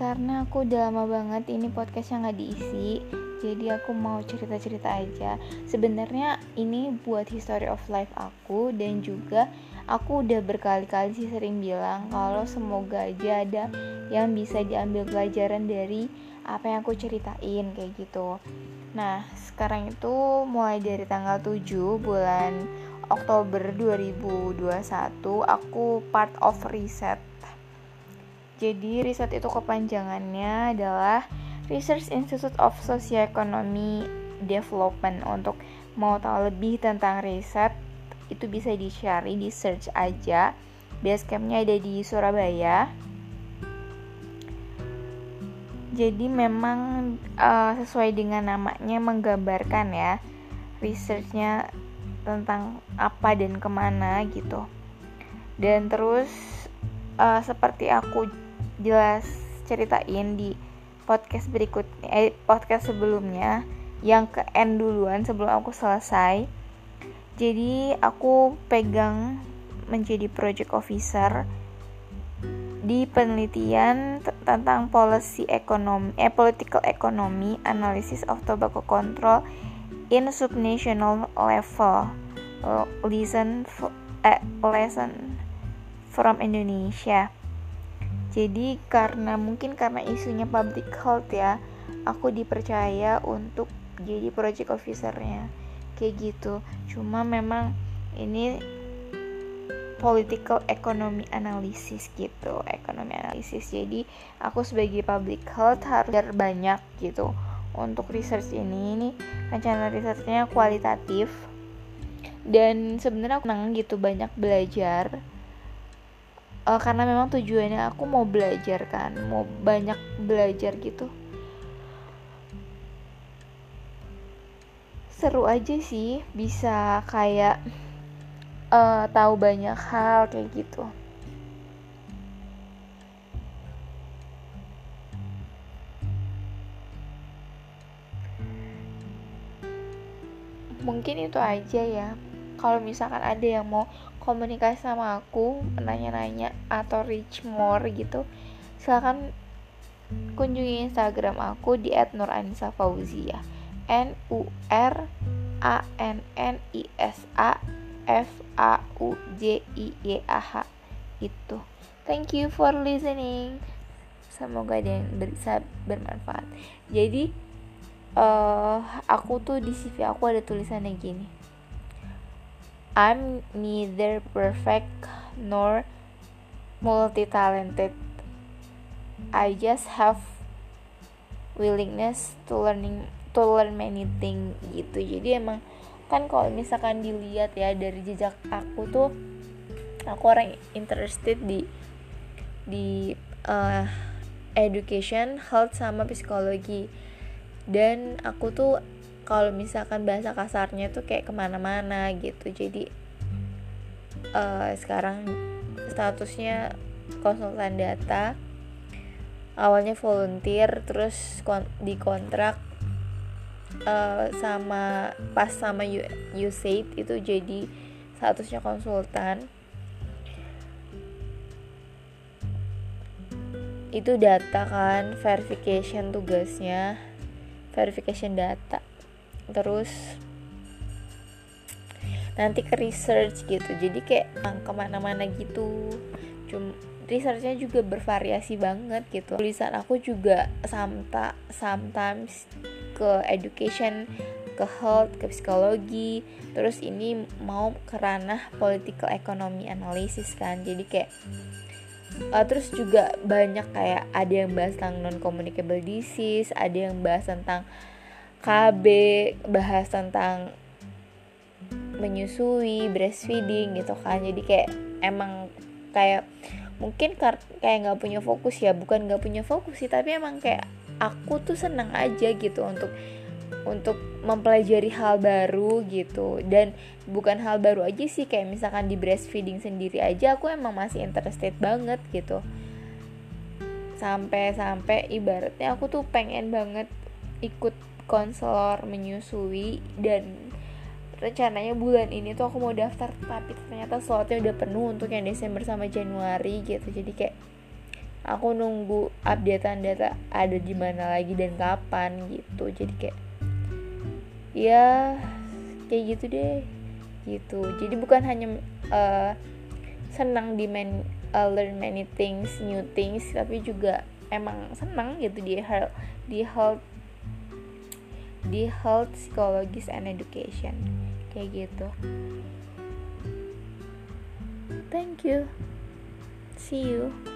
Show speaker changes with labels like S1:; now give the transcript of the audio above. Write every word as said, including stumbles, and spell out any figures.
S1: karena aku udah lama banget ini podcastnya nggak diisi, jadi aku mau cerita-cerita aja. Sebenarnya ini buat history of life aku, dan juga aku udah berkali-kali sih sering bilang kalau semoga aja ada yang bisa diambil pelajaran dari apa yang aku ceritain kayak gitu. Nah, sekarang itu mulai dari tanggal tujuh bulan Oktober dua ribu dua puluh satu aku part of riset. Jadi riset itu kepanjangannya adalah Research Institute of Socioeconomy Development. Untuk mau tahu lebih tentang riset itu bisa dicari, di search aja. Basecampnya ada di Surabaya. Jadi memang uh, sesuai dengan namanya menggambarkan ya, researchnya tentang apa dan kemana gitu. Dan terus uh, seperti aku jelas ceritain di podcast berikut eh, podcast sebelumnya yang ke end duluan sebelum aku selesai. Jadi aku pegang menjadi project officer di penelitian t- tentang policy ekonomi eh political economy analysis of tobacco control in subnational level. uh, listen f- eh, lesson from Indonesia. Jadi karena mungkin karena isunya public health ya, aku dipercaya untuk jadi project officernya kayak gitu. Cuma memang ini political economy analysis gitu, ekonomi analisis. Jadi aku sebagai public health harus banyak gitu untuk research ini. Ini rencana researchnya kualitatif, dan sebenarnya aku senang gitu banyak belajar. Uh, karena memang tujuannya aku mau belajar kan, mau banyak belajar gitu. Seru aja sih, bisa kayak uh, tahu banyak hal kayak gitu. Mungkin itu aja ya. Kalau misalkan ada yang mau komunikasi sama aku, nanya-nanya atau reach more gitu, silakan kunjungi Instagram aku di et nuranisa fauzia, N U R A N N I S A F A U J I Y A H itu. Thank you for listening. Semoga ada yang bisa bermanfaat. Jadi uh, aku tuh di C V aku ada tulisannya gini, I'm neither perfect nor multi-talented. I just have willingness to learning to learn many things gitu. Jadi emang kan kalau misalkan dilihat ya dari jejak aku tuh, aku orang interested di di uh, education, health sama psikologi. Dan aku tuh kalau misalkan bahasa kasarnya tuh kayak kemana-mana gitu. Jadi uh, sekarang statusnya konsultan data, awalnya volunteer, terus kon- dikontrak uh, sama pas sama U S A I D itu jadi statusnya konsultan. Itu data kan, verification tugasnya, verification data. Terus nanti ke research gitu, jadi kayak kemana-mana gitu. Cuma researchnya juga bervariasi banget gitu. Tulisan aku juga samta, sometimes ke education, ke health, ke psikologi. Terus ini mau ke ranah political economy analysis kan. Jadi kayak uh, terus juga banyak kayak ada yang bahas tentang non communicable disease, ada yang bahas tentang K B, bahas tentang menyusui, breastfeeding gitu kan. Jadi kayak emang kayak mungkin kar- kayak nggak punya fokus ya, bukan nggak punya fokus sih, tapi emang kayak aku tuh senang aja gitu untuk untuk mempelajari hal baru gitu. Dan bukan hal baru aja sih, kayak misalkan di breastfeeding sendiri aja aku emang masih interested banget gitu. Sampai-sampai ibaratnya aku tuh pengen banget ikut konselor menyusui, dan rencananya bulan ini tuh aku mau daftar, tapi ternyata slotnya udah penuh untuk yang Desember sama Januari gitu. Jadi kayak aku nunggu updatean data ada di mana lagi dan kapan gitu. Jadi kayak ya kayak gitu deh gitu. Jadi bukan hanya uh, senang di man, uh, learn many things, new things, tapi juga emang senang gitu di health, di health di health psychologist and education kayak gitu. Thank you, see you.